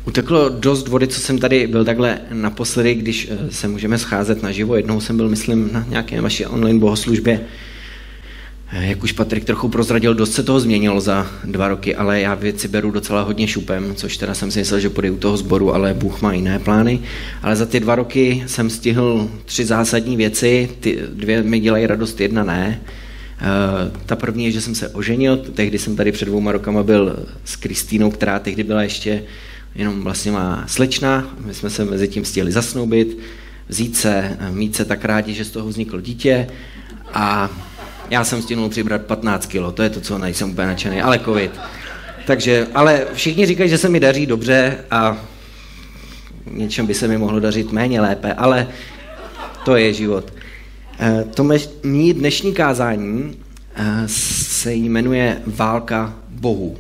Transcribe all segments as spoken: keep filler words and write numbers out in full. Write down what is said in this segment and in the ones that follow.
Uteklo dost vody, co jsem tady byl takhle naposledy, když se můžeme scházet naživo. Jednou jsem byl, myslím, na nějaké vaší online bohoslužbě. Jak už Patrik trochu prozradil, dost se toho změnilo za dva roky, ale já věci beru docela hodně šupem, což teda jsem si myslel, že půjde u toho sboru, ale Bůh má jiné plány. Ale za ty dva roky jsem stihl tři zásadní věci, ty dvě mi dělají radost, jedna ne. Uh, ta první je, že jsem se oženil, tehdy jsem tady před dvouma rokama byl s Kristýnou, která tehdy byla ještě jenom vlastně má slečna, my jsme se mezi tím stihli zasnoubit, vzít se, mít se tak rádi, že z toho vzniklo dítě a já jsem stihnul přibrat patnáct kilo, to je to, co nejsem úplně nadšený, ale covid. Takže, ale všichni říkají, že se mi daří dobře a něčem by se mi mohlo dařit méně lépe, ale to je život. To mý dnešní kázání se jmenuje Válka bohů.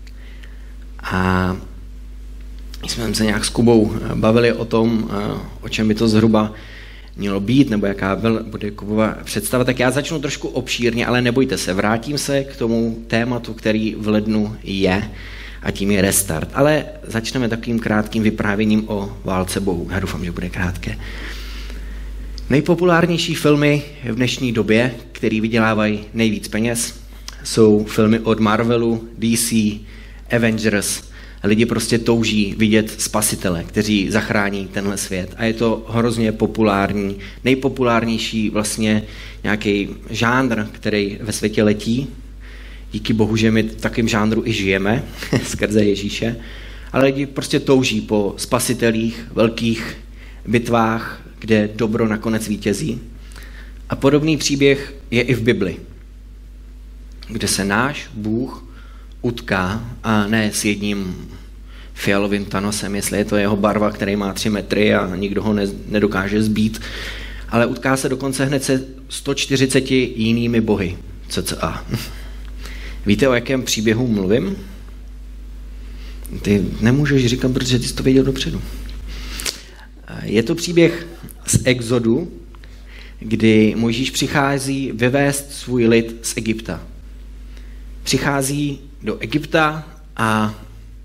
A jsme se nějak s Kubou bavili o tom, o čem by to zhruba mělo být, nebo jaká bude Kubova představa, tak já začnu trošku obšírně, ale nebojte se, vrátím se k tomu tématu, který v lednu je, a tím je restart. Ale začneme takovým krátkým vyprávěním o válce bohů. Já doufám, že bude krátké. Nejpopulárnější filmy v dnešní době, které vydělávají nejvíc peněz, jsou filmy od Marvelu, D C, Avengers. Lidi prostě touží vidět spasitele, kteří zachrání tenhle svět. A je to hrozně populární, nejpopulárnější vlastně nějaký žánr, který ve světě letí. Díky bohu, že my v takovém žánru i žijeme, skrze Ježíše. Ale lidi prostě touží po spasitelích, velkých bitvách, kde dobro nakonec vítězí. A podobný příběh je i v Bibli, kde se náš Bůh utká, a ne s jedním fialovým Thanosem, jestli je to jeho barva, který má tři metry a nikdo ho ne, nedokáže zbít, ale utká se dokonce hned se sto čtyřiceti jinými bohy. cca. Víte, o jakém příběhu mluvím? Ty nemůžeš říkat, protože ty jsi to věděl dopředu. Je to příběh z Exodu, kdy Mojžíš přichází vyvést svůj lid z Egypta. Přichází do Egypta a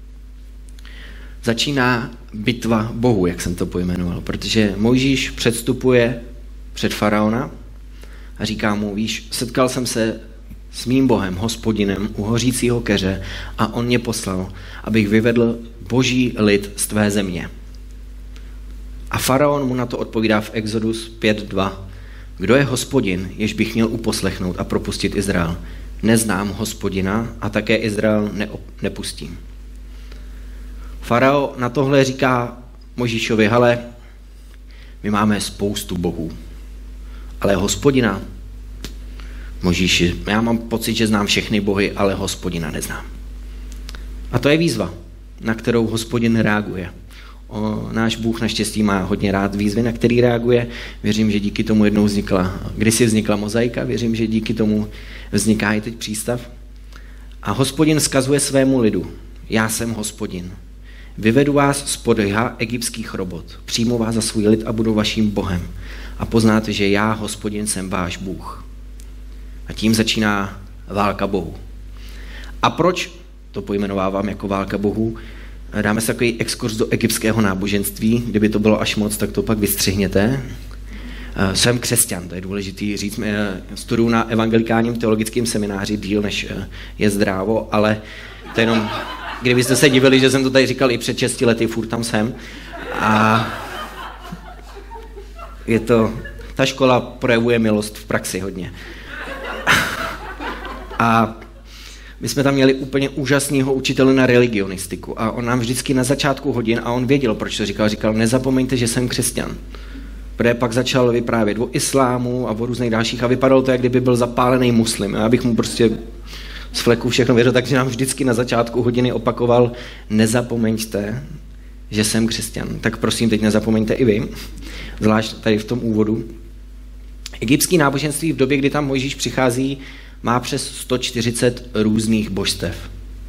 začíná bitva bohů, jak jsem to pojmenoval, protože Mojžíš předstupuje před faraona a říká mu, víš, setkal jsem se s mým Bohem, Hospodinem, u hořícího keře a on mě poslal, abych vyvedl boží lid z tvé země. A faraon mu na to odpovídá v Exodus pět dva. Kdo je Hospodin, jež bych měl uposlechnout a propustit Izrael? Neznám Hospodina a také Izrael neop, nepustím. Farao na tohle říká Mojžíšovi, hele, my máme spoustu bohů, ale Hospodina, Mojžíši, já mám pocit, že znám všechny bohy, ale Hospodina neznám. A to je výzva, na kterou Hospodin reaguje. O, náš Bůh naštěstí má hodně rád výzvy, na který reaguje. Věřím, že díky tomu jednou vznikla, kdysi vznikla mozaika, věřím, že díky tomu vzniká i teď přístav. A Hospodin vzkazuje svému lidu, já jsem Hospodin. Vyvedu vás spod jha egyptských robot, přijmu vás za svůj lid a budu vaším Bohem. A poznáte, že já, Hospodin, jsem váš Bůh. A tím začíná válka bohů. A proč to pojmenovávám jako válka bohů? Dáme si takový exkurs do egyptského náboženství, kdyby to bylo až moc, tak to pak vystřihněte. Jsem křesťan, to je důležitý říct. Studuju na evangelikálním teologickém semináři díl, než je zdrávo, ale to jenom, kdybyste se divili, že jsem to tady říkal i před šesti lety, furt tam jsem. A je to, ta škola projevuje milost v praxi hodně. A my jsme tam měli úplně úžasného učitele na religionistiku a on nám vždycky na začátku hodin, a on věděl, proč to říkal, říkal, nezapomeňte, že jsem křesťan. Protože pak začal vyprávět o islámu a o různých dalších a vypadalo to, jak kdyby byl zapálený muslim. Já bych mu prostě z fleku všechno věřil, takže nám vždycky na začátku hodiny opakoval, nezapomeňte, že jsem křesťan. Tak prosím, teď nezapomeňte i vy, zvlášť tady v tom úvodu. Egyptský náboženství v době, kdy tam Mojžíš přichází, má přes sto čtyřicet různých božstev.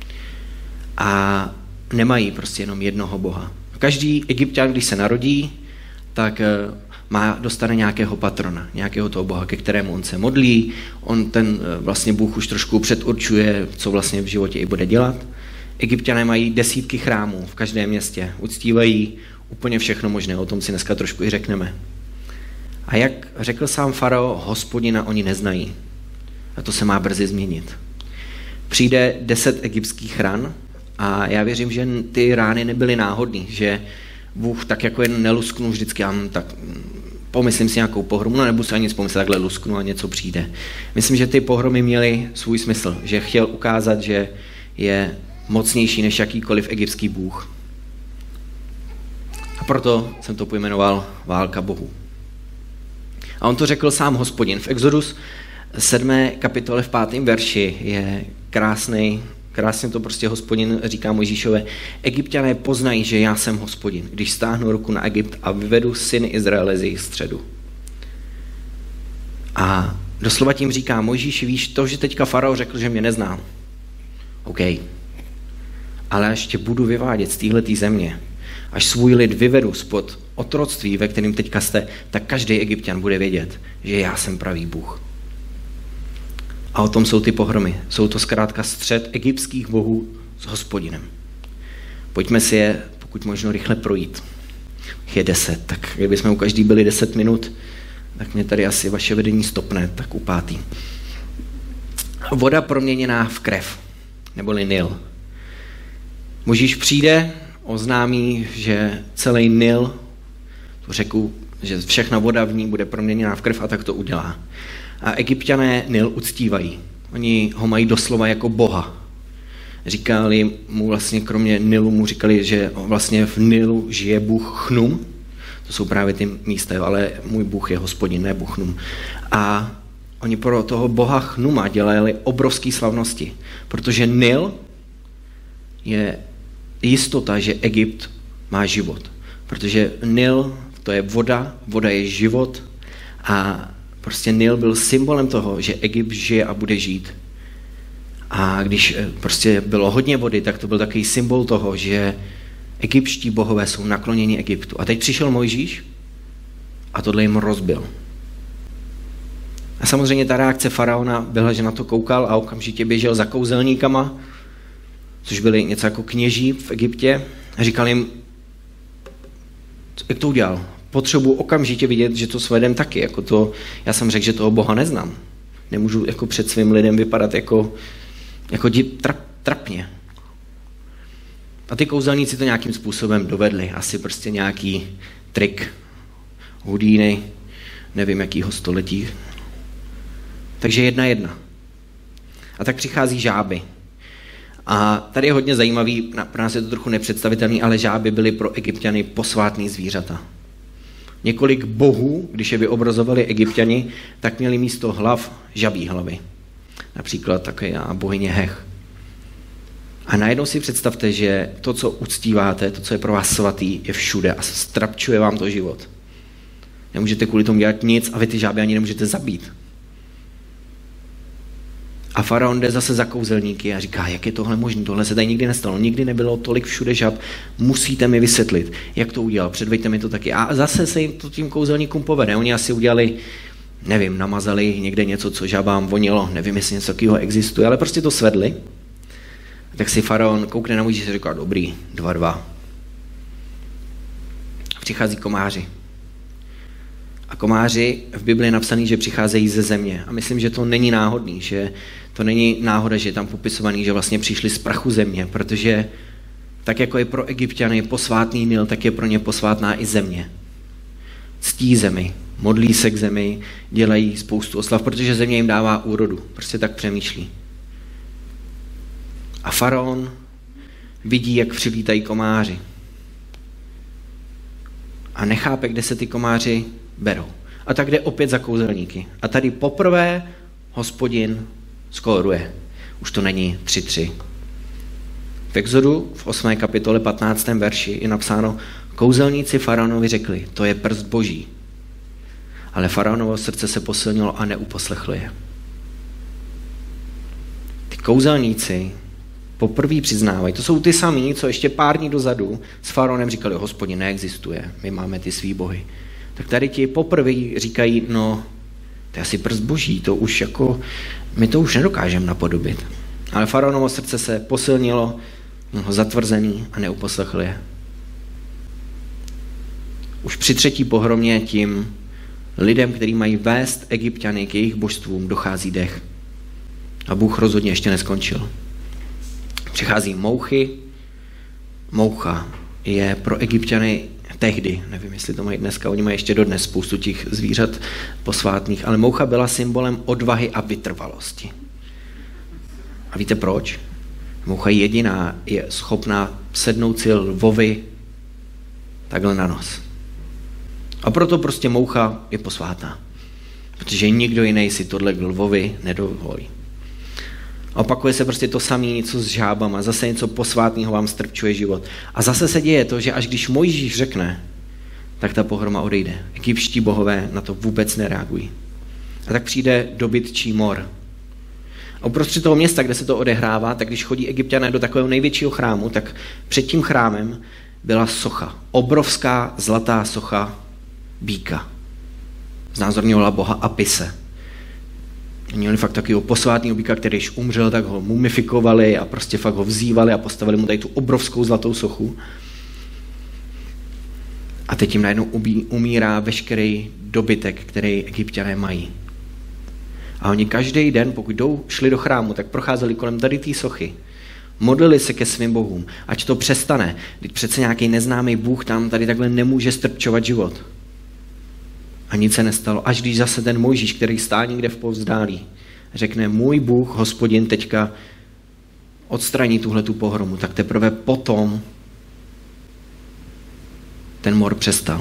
A nemají prostě jenom jednoho boha. Každý Egypťan, když se narodí, tak má, dostane nějakého patrona, nějakého toho boha, ke kterému on se modlí. On ten vlastně Bůh už trošku předurčuje, co vlastně v životě i bude dělat. Egypťané mají desítky chrámů v každém městě, uctívají úplně všechno možné, o tom si dneska trošku i řekneme. A jak řekl sám farao, Hospodina oni neznají. A to se má brzy změnit. Přijde deset egyptských ran a já věřím, že ty rány nebyly náhodný, že Bůh tak jako jen nelusknul vždycky, já tak pomyslím si nějakou pohromu, no nebudu si ani nic pomyslet, takhle lusknu a něco přijde. Myslím, že ty pohromy měly svůj smysl, že chtěl ukázat, že je mocnější než jakýkoliv egyptský bůh. A proto jsem to pojmenoval válka bohů. A on to řekl sám Hospodin. V Exodus sedmé kapitole v pátém verši je krásný, krásně to prostě Hospodin říká Mojžíšové. Egypťané poznají, že já jsem Hospodin, když stáhnu ruku na Egypt a vyvedu syny Izraele z jejich středu. A doslova tím říká Mojžíši, víš, to, že teďka farao řekl, že mě nezná. OK. Ale až tě budu vyvádět z téhletý země, až svůj lid vyvedu spod otroctví, ve kterém teďka jste, tak každý Egypťan bude vědět, že já jsem pravý Bůh. A o tom jsou ty pohromy. Jsou to zkrátka střet egyptských bohů s Hospodinem. Pojďme si je, pokud možno, rychle projít. Je deset, tak kdybychom u každý byli deset minut, tak mě tady asi vaše vedení stopne, tak u pátý. Voda proměněná v krev, neboli Nil. Mojžíš přijde, oznámí, že celý Nil, tu řeku, že všechna voda v ní bude proměněná v krev a tak to udělá. A Egypťané Nil uctívají. Oni ho mají doslova jako boha. Říkali mu vlastně, kromě Nilu, mu říkali, že vlastně v Nilu žije bůh Chnum. To jsou právě ty místa, ale můj bůh je Hospodin, ne bůh Chnum. A oni pro toho boha Chnuma dělali obrovské slavnosti, protože Nil je jistota, že Egypt má život. Protože Nil, to je voda, voda je život a prostě Nil byl symbolem toho, že Egypt žije a bude žít. A když prostě bylo hodně vody, tak to byl takový symbol toho, že egyptští bohové jsou nakloněni Egyptu. A teď přišel Mojžíš a tohle jim rozbil. A samozřejmě ta reakce faraona byla, že na to koukal a okamžitě běžel za kouzelníkama, což byli něco jako kněží v Egyptě, a říkal jim, jak to udělal? Potřebuji okamžitě vidět, že to svedem taky. Jako to, já jsem řekl, že toho Boha neznám. Nemůžu jako před svým lidem vypadat jako, jako trap, trapně. A ty kouzelníci to nějakým způsobem dovedli. Asi prostě nějaký trik, Houdini, nevím jakýho století. Takže jedna jedna. A tak přichází žáby. A tady je hodně zajímavý, pro nás je to trochu nepředstavitelný, ale žáby byly pro Egypťany posvátný zvířata. Několik bohů, když je vyobrazovali Egypťani, tak měli místo hlav žabí hlavy. Například také bohyně Hech. A najednou si představte, že to, co uctíváte, to, co je pro vás svatý, je všude a strapčuje vám to život. Nemůžete kvůli tomu dělat nic a vy ty žáby ani nemůžete zabít. A faraon jde zase za kouzelníky a říká, jak je tohle možné, tohle se tady nikdy nestalo, nikdy nebylo tolik všude žab, musíte mi vysvětlit, jak to udělal, předveďte mi to taky. A zase se jim to tím kouzelníkům povede, oni asi udělali, nevím, namazali někde něco, co žabám vonilo, nevím, jestli něco takového existuje, ale prostě to svedli. Tak si faraon koukne na Mojžíše a říká, dobrý, dva, dva. Přichází komáři. A komáři v Bibli je napsaný, že přicházejí ze země. A myslím, že to není náhodný, že to není náhoda, že je tam popisovaný, že vlastně přišli z prachu země, protože tak jako je pro Egypťany posvátný Nil, tak je pro ně posvátná i země. Ctí zemi, modlí se k zemi, dělají spoustu oslav, protože země jim dává úrodu. Prostě tak přemýšlí. A faraon vidí, jak přilítají komáři. A nechápe, kde se ty komáři berou. A tak jde opět za kouzelníky. A tady poprvé Hospodin skóruje. Už to není tři tři. V Exodu v osmé kapitole patnáctém verši je napsáno, kouzelníci faraonovi řekli, to je prst boží. Ale faraonovo srdce se posilnilo a neuposlechlo je. Ty kouzelníci poprvé přiznávají, to jsou ty samí, co ještě pár dní dozadu s faraonem říkali, Hospodin neexistuje, my máme ty svý bohy. Tak tady ti poprvé říkají, no, to je asi prst boží, to už jako, my to už nedokážeme napodobit. Ale faraonovo srdce se posilnilo Měl ho zatvrzený a neuposlechl je. Už při třetí pohromě tím lidem, kteří mají vést Egypťany k jejich božstvům, dochází dech. A Bůh rozhodně ještě neskončil. Přichází mouchy. Moucha je pro Egypťany tehdy, nevím, jestli to mají dneska, oni mají ještě dodnes spoustu těch zvířat posvátných, ale moucha byla symbolem odvahy a vytrvalosti. A víte proč? Moucha jediná je schopná sednout si lvovi takhle na nos. A proto prostě moucha je posvátná. Protože nikdo jiný si tohle k lvovi nedovolí. A opakuje se prostě to samé, něco s žábama, zase něco posvátného vám strpčuje život. A zase se děje to, že až když Mojžíš řekne, tak ta pohroma odejde. Egyptští bohové na to vůbec nereagují. A tak přijde dobytčí mor. A uprostřed toho města, kde se to odehrává, tak když chodí Egypťané do takového největšího chrámu, tak před tím chrámem byla socha. Obrovská zlatá socha býka. Znázorňovala boha Apise. Měli fakt takového posvátného býka, který již umřel, tak ho mumifikovali a prostě fakt ho vzývali a postavili mu tady tu obrovskou zlatou sochu. A teď jim najednou umírá veškerý dobytek, který Egypťané mají. A oni každý den, pokud jdou, šli do chrámu, tak procházeli kolem tady té sochy. Modlili se ke svým bohům, ať to přestane. Teď přece nějaký neznámý bůh tam tady takhle nemůže strpčovat život. A nic se nestalo, až když zase ten Mojžíš, který stál někde v povzdálí, řekne, můj Bůh, Hospodin, teďka odstraní tuhletu pohromu, tak teprve potom ten mor přestal.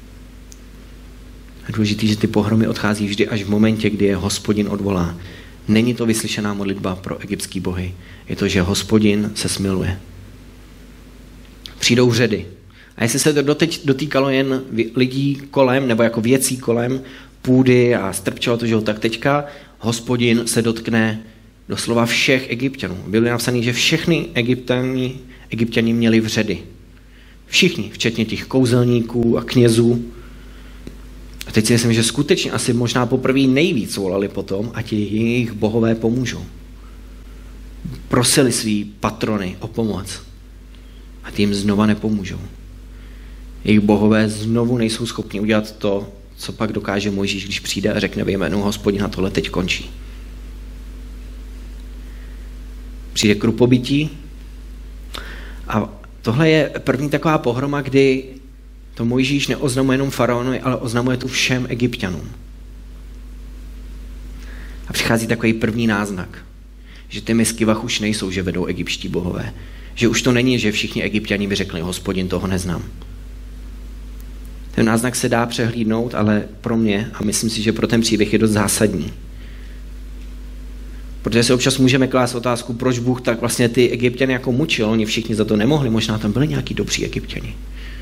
Je důležitý, že ty pohromy odchází vždy až v momentě, kdy je Hospodin odvolá. Není to vyslyšená modlitba pro egyptský bohy. Je to, že Hospodin se smiluje. Přijdou vředy. A jestli se to doteď dotýkalo jen lidí kolem, nebo jako věcí kolem, půdy a strpčilo to, že ho tak teďka Hospodin se dotkne doslova všech Egypťanů. Bylo napsané, že všechny Egypťani, Egypťani měli vředy. Všichni, včetně těch kouzelníků a knězů. A teď si myslím, že skutečně asi možná poprvé nejvíc volali potom, ať jejich bohové pomůžou. Prosili svý patrony o pomoc. A ty jim znova nepomůžou. Jejich bohové znovu nejsou schopni udělat to, co pak dokáže Mojžíš, když přijde a řekne ve jménu Hospodina, tohle teď končí. Přijde krupobytí a tohle je první taková pohroma, kdy to Mojžíš neoznamuje jenom faraonovi, ale oznamuje to všem Egypťanům. A přichází takový první náznak, že ty misky vach už nejsou, že vedou egyptští bohové. Že už to není, že všichni Egypťani by řekli, Hospodin, toho neznám. Ten náznak se dá přehlídnout, ale pro mě, a myslím si, že pro ten příběh je dost zásadní. Protože si občas můžeme klást otázku, proč Bůh tak vlastně ty Egypťany jako mučil, oni všichni za to nemohli, možná tam byli nějaký dobří Egypťani.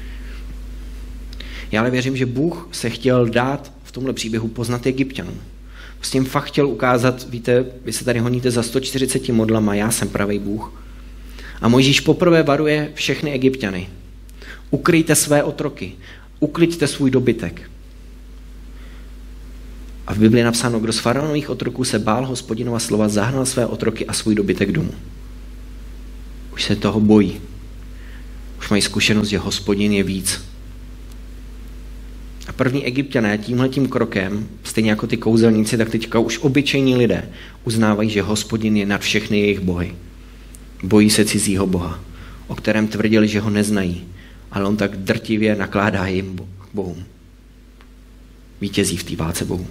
Já ale věřím, že Bůh se chtěl dát v tomhle příběhu poznat Egypťanům. Prostě jim fakt chtěl ukázat, víte, vy se tady honíte za sto čtyřicet modlama, já jsem pravý Bůh. A Mojžíš poprvé varuje všechny Egypťany. Ukryjte své otroky, ukliďte svůj dobytek. A v Biblii je napsáno, kdo z faraonových otroků se bál Hospodinova slova, zahnal své otroky a svůj dobytek domů. Už se toho bojí. Už mají zkušenost, že Hospodin je víc. A první Egypťané tímhletím krokem, stejně jako ty kouzelníci, tak teďka už obyčejní lidé uznávají, že Hospodin je nad všechny jejich bohy. Bojí se cizího boha, o kterém tvrdili, že ho neznají, ale on tak drtivě nakládá jim bohům. Vítězí v té válce bohů.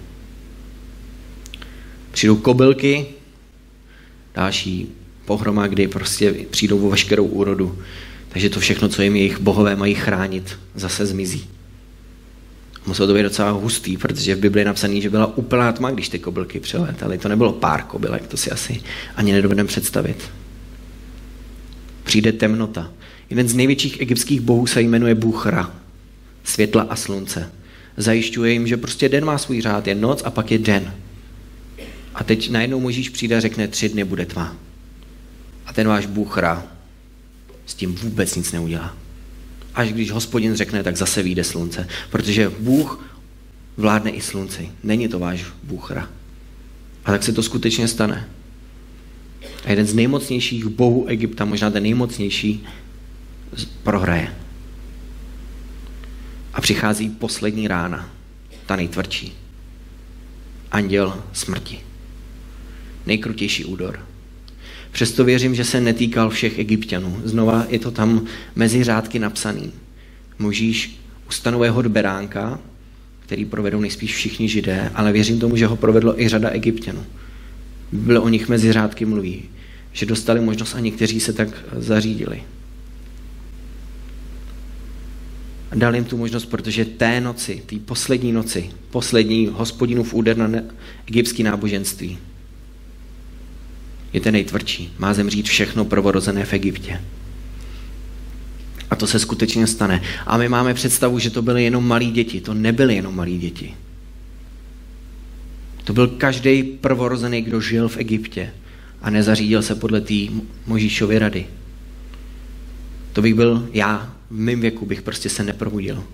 Přijdou kobylky, další pohroma, kdy prostě přijdou o veškerou úrodu. Takže to všechno, co jim jejich bohové mají chránit, zase zmizí. Muselo to být docela hustý, protože v Biblii je napsaný, že byla úplná tma, když ty kobylky přilétaly. To nebylo pár kobylek, to si asi ani nedovedeme představit. Přijde temnota. Jeden z největších egyptských bohů se jmenuje Bůh Ra, světla a slunce. Zajišťuje jim, že prostě den má svůj řád, je noc a pak je den. A teď najednou Mojžíš přijde a řekne, tři dny bude tma. A ten váš Bůh Ra s tím vůbec nic neudělá. Až když Hospodin řekne, tak zase vyjde slunce. Protože Bůh vládne i slunci. Není to váš Bůh Ra. A tak se to skutečně stane. A jeden z nejmocnějších bohů Egypta, možná ten nejmocnější, prohraje. A přichází poslední rána, ta nejtvrdší. Anděl smrti. Nejkrutější údor. Přesto věřím, že se netýkal všech Egypťanů. Znova je to tam mezi řádky napsaný. Možíš ustanového beránka, který provedou nejspíš všichni Židé, ale věřím tomu, že ho provedlo i řada Egypťanů. Bible o nich mezi řádky mluví, že dostali možnost a někteří se tak zařídili. A dal jim tu možnost, protože té noci, té poslední noci, poslední Hospodinův úder na ne- egyptské náboženství je ten nejtvrdší. Má zemřít všechno prvorozené v Egyptě. A to se skutečně stane. A my máme představu, že to byly jenom malí děti. To nebyly jenom malí děti. To byl každý prvorozený, kdo žil v Egyptě a nezařídil se podle té Možíšovy rady. To bych byl já, v mém věku bych prostě se neprobudil.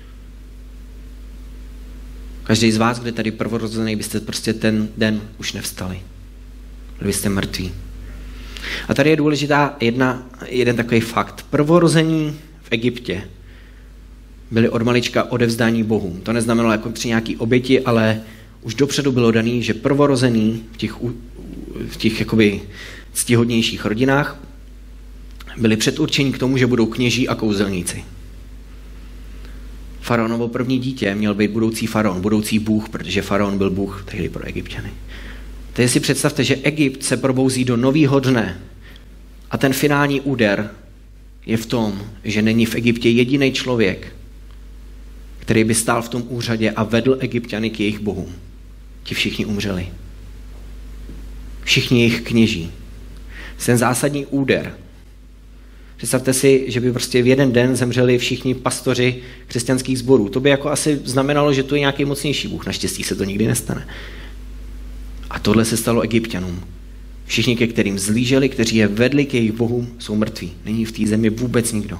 Každý z vás, kde tady prvorozený, byste prostě ten den už nevstali. Byli byste mrtví. A tady je důležitá jedna, jeden takový fakt. Prvorození v Egyptě byli od malička odevzdání bohům. To neznamenalo jako při nějaký oběti, ale už dopředu bylo daný, že prvorozený v těch, v těch jakoby ctihodnějších rodinách byli předurčení k tomu, že budou kněží a kouzelníci. Faraonovo první dítě měl být budoucí faraon, budoucí bůh, protože faraon byl bůh tehdy pro Egypťany. Teď si představte, že Egypt se probouzí do novýho dne a ten finální úder je v tom, že není v Egyptě jediný člověk, který by stál v tom úřadě a vedl Egypťany k jejich bohům. Ti všichni umřeli. Všichni jejich kněží. Ten zásadní úder. Představte si, že by prostě v jeden den zemřeli všichni pastoři křesťanských sborů. To by jako asi znamenalo, že to je nějaký mocnější bůh. Naštěstí se to nikdy nestane. A tohle se stalo Egypťanům. Všichni, ke kterým zlíželi, kteří je vedli k jejich bohům, jsou mrtví. Není v té zemi vůbec nikdo.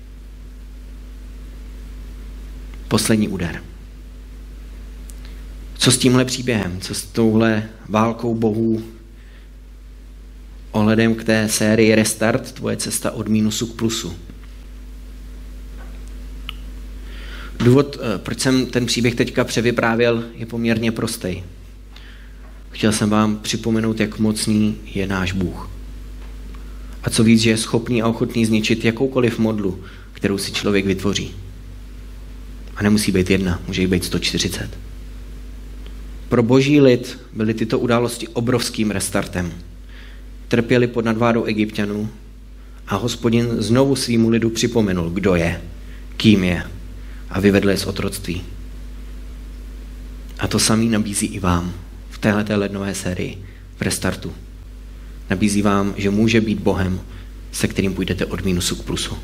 Poslední úder. Co s tímhle příběhem? Co s touhle válkou bohů? Ohledem k té sérii Restart, tvoje cesta od mínusu k plusu. Důvod, proč jsem ten příběh teďka převyprávěl, je poměrně prostý. Chtěl jsem vám připomenout, jak mocný je náš Bůh. A co víc, že je schopný a ochotný zničit jakoukoliv modlu, kterou si člověk vytvoří. A nemusí být jedna, může jí být sto čtyřicet. Pro boží lid byly tyto události obrovským restartem. Trpěli pod nadvládou Egypťanů a Hospodin znovu svýmu lidu připomenul, kdo je, kým je a vyvedl je z otroctví. A to samý nabízí i vám v téhleté lednové sérii v Restartu. Nabízí vám, že může být Bohem, se kterým půjdete od mínusu k plusu.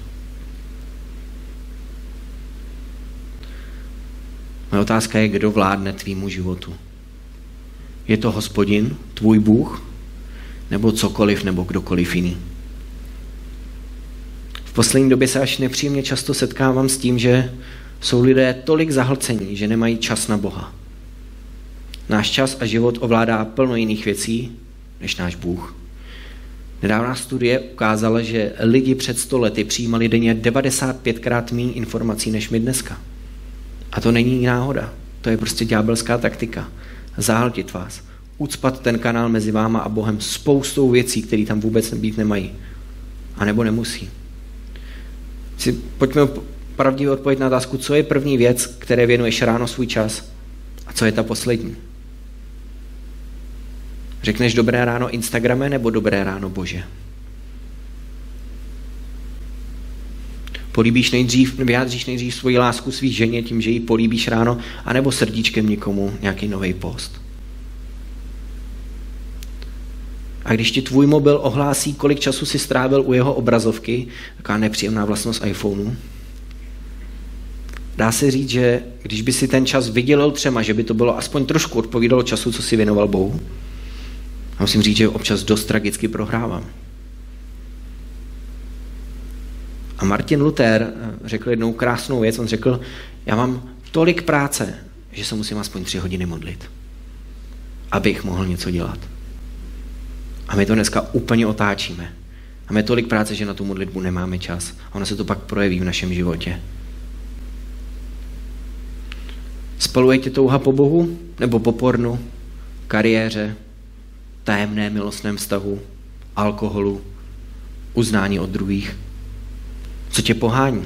Moje otázka je, kdo vládne tvýmu životu. Je to Hospodin, tvůj Bůh, nebo cokoliv, nebo kdokoliv jiný. V poslední době se až nepříjemně často setkávám s tím, že jsou lidé tolik zahlcení, že nemají čas na Boha. Náš čas a život ovládá plno jiných věcí, než náš Bůh. Nedávná studie ukázala, že lidi před sto lety přijímali denně devadesát pětkrát méně informací, než my dneska. A to není náhoda. To je prostě ďábelská taktika. Zahltit vás. Ucpat ten kanál mezi váma a Bohem spoustou věcí, které tam vůbec být nemají. A nebo nemusí. Si pojďme pravdivě odpovědět na otázku, co je první věc, které věnuješ ráno svůj čas a co je ta poslední. Řekneš dobré ráno Instagrame nebo dobré ráno Bože? Políbíš nejdřív, vyjádříš nejdřív svoji lásku svý ženě tím, že ji políbíš ráno, anebo srdíčkem někomu nějaký nový post. A když ti tvůj mobil ohlásí, kolik času si strávil u jeho obrazovky, taková nepříjemná vlastnost iPhoneu, dá se říct, že když by si ten čas vydělil třema, že by to bylo aspoň trošku odpovídalo času, co si věnoval Bohu. A musím říct, že občas dost tragicky prohrávám. A Martin Luther řekl jednou krásnou věc. On řekl, já mám tolik práce, že se musím aspoň tři hodiny modlit, abych mohl něco dělat. A my to dneska úplně otáčíme. A my tolik práce, že na tu modlitbu nemáme čas. A ono se to pak projeví v našem životě. Spaluje tě touha po Bohu? Nebo po pornu, kariéře, tajemné milostném vztahu, alkoholu, uznání od druhých? Co tě pohání?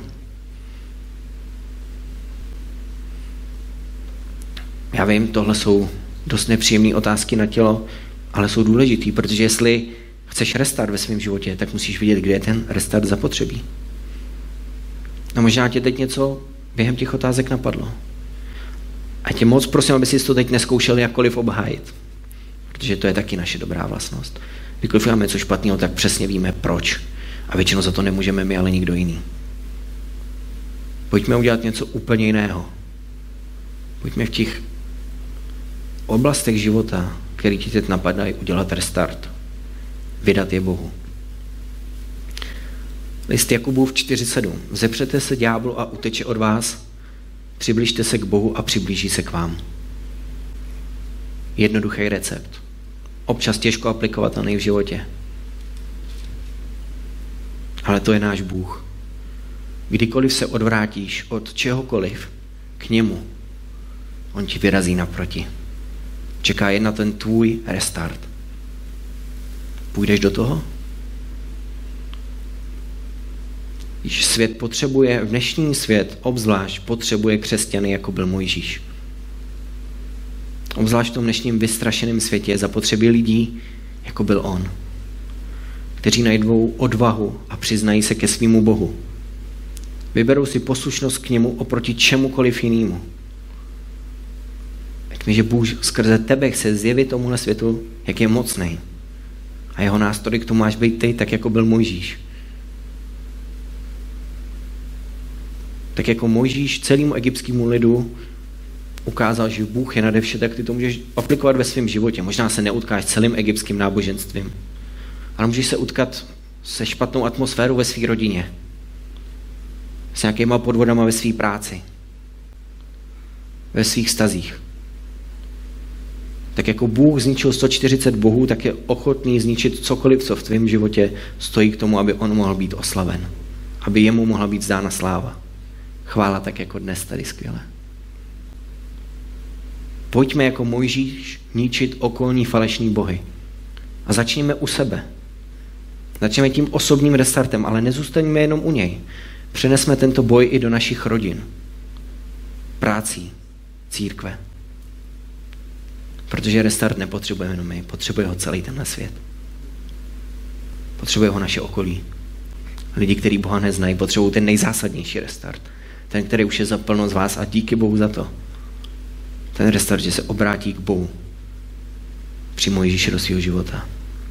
Já vím, tohle jsou dost nepříjemné otázky na tělo, ale jsou důležitý, protože jestli chceš restart ve svém životě, tak musíš vidět, kde je ten restart zapotřebí. A možná tě teď něco během těch otázek napadlo. A tě moc prosím, aby si to teď neskoušel jakkoliv obhájit. Protože to je taky naše dobrá vlastnost. Kdykoliv máme něco špatného, tak přesně víme proč. A většinou za to nemůžeme my, ale nikdo jiný. Pojďme udělat něco úplně jiného. Pojďme v těch oblastech života, který ti teď napadají, udělat restart. Vydat je Bohu. List Jakubův čtyři sedm. Zepřete se ďáblu a uteče od vás, přibližte se k Bohu a přiblíží se k vám. Jednoduchý recept. Občas těžko aplikovatelný v životě. Ale to je náš Bůh. Kdykoliv se odvrátíš od čehokoliv k němu, on ti vyrazí naproti. Čeká jen na ten tvůj restart. Půjdeš do toho? Když svět potřebuje, v dnešní svět obzvlášť potřebuje křesťany, jako byl Mojžíš. Obzvlášť v tom dnešním vystrašeném světě je zapotřebí lidí, jako byl on, kteří najdou odvahu a přiznají se ke svýmu Bohu. Vyberou si poslušnost k němu oproti čemukoliv jinému. Že Bůh skrze tebe chce zjevit tomuhle světu, jak je mocnej. A jeho nástroj k tomu máš být ty, tak jako byl Mojžíš. Tak jako Mojžíš celému egyptskému lidu ukázal, že Bůh je nade vše, tak ty to můžeš aplikovat ve svém životě. Možná se neutkáš celým egyptským náboženstvím, ale můžeš se utkat se špatnou atmosférou ve své rodině, s nějakýma podvodama ve své práci, ve svých vztazích. Tak jako Bůh zničil sto čtyřicet bohů, tak je ochotný zničit cokoliv, co v tvém životě stojí k tomu, aby on mohl být oslaven. Aby jemu mohla být zdána sláva. Chvála tak jako dnes tady skvěle. Pojďme jako Mojžíš ničit okolní falešní bohy. A začněme u sebe. Začněme tím osobním restartem, ale nezůstaňme jenom u něj. Přenesme tento boj i do našich rodin, prácí, církve. Protože restart nepotřebujeme jenom my, potřebuje ho celý tenhle svět. Potřebuje ho naše okolí. Lidi, kteří Boha neznají, potřebují ten nejzásadnější restart. Ten, který už je za plno z vás a díky Bohu za to. Ten restart, že se obrátí k Bohu. Přímo Ježíše do svého života.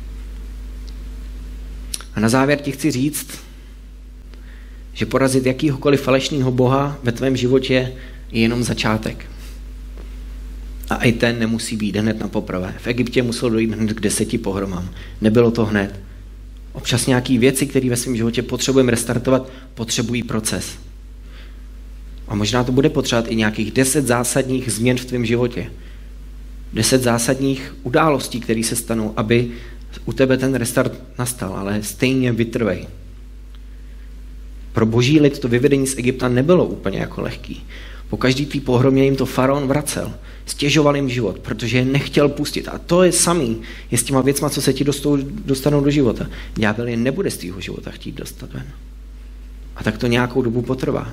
A na závěr ti chci říct, že porazit jakýhokoliv falešného boha ve tvém životě je jenom začátek. A i ten nemusí být hned na poprvé. V Egyptě muselo dojít hned k deseti pohromám. Nebylo to hned. Občas nějaké věci, které ve svém životě potřebujeme restartovat, potřebují proces. A možná to bude potřebovat i nějakých deset zásadních změn v tvém životě. Deset zásadních událostí, které se stanou, aby u tebe ten restart nastal, ale stejně vytrvej. Pro boží lid to vyvedení z Egypta nebylo úplně jako lehký. Po každý tvý pohromě jim to faraon vracel. Stěžoval jim život, protože je nechtěl pustit. A to je samý, je s těma věcma, co se ti dostou, dostanou do života. Ďábel je nebude z tvýho života chtít dostat ven. A tak to nějakou dobu potrvá.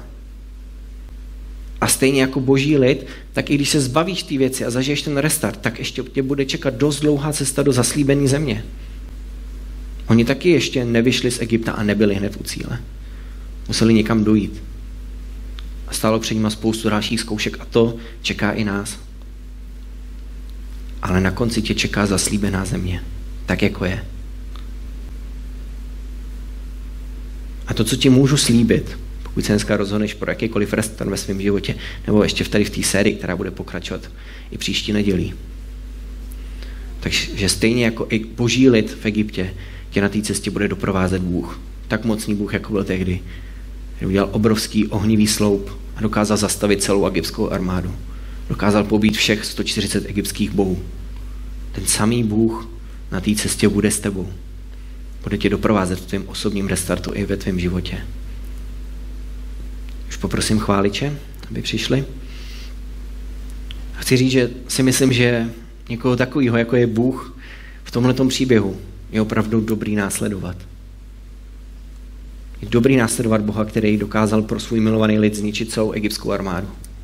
A stejně jako boží lid, tak i když se zbavíš té věci a zažiješ ten restart, tak ještě tě bude čekat dost dlouhá cesta do zaslíbené země. Oni taky ještě nevyšli z Egypta a nebyli hned u cíle. Museli někam dojít. A stálo před nimi spoustu dalších zkoušek a to čeká i nás. Ale na konci tě čeká zaslíbená země. Tak jako je. A to, co ti můžu slíbit, pokud se dneska rozhodneš pro jakýkoliv restart ve svém životě, nebo ještě tady v té sérii, která bude pokračovat i příští nedělí. Takže stejně jako i boží lid v Egyptě tě na té cestě bude doprovázet Bůh. Tak mocný Bůh, jako byl tehdy. Který udělal obrovský ohnivý sloup a dokázal zastavit celou egyptskou armádu. Dokázal pobít všech sto čtyřicet egyptských bohů. Ten samý Bůh na té cestě bude s tebou. Bude tě doprovázet v tvém osobním restartu i ve tvém životě. Už poprosím chváliče, aby přišli. Chci říct, že si myslím, že někoho takového, jako je Bůh, v tomhletom příběhu je opravdu dobrý následovat. Je dobrý následovat Boha, který dokázal pro svůj milovaný lid zničit celou egyptskou armádu.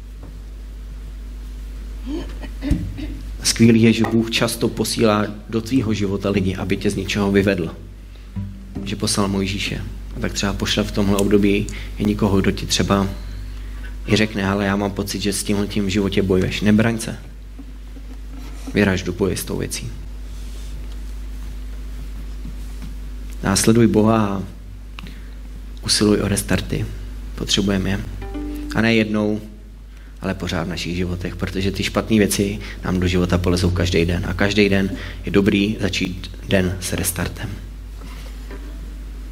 Skvělý je, že Bůh často posílá do tvýho života lidi, aby tě z něčeho vyvedl. Že poslal Mojžíše. A tak třeba pošle v tomhle období je nikoho, kdo ti třeba i řekne, ale já mám pocit, že s tímhle tím v životě bojuješ. Nebraň se. Vyraž do boje s tou věcí. Následuj Boha a usiluj o restarty. Potřebujeme je. A ne jednou, ale pořád v našich životech, protože ty špatné věci nám do života polezou každý den. A každý den je dobrý začít den s restartem.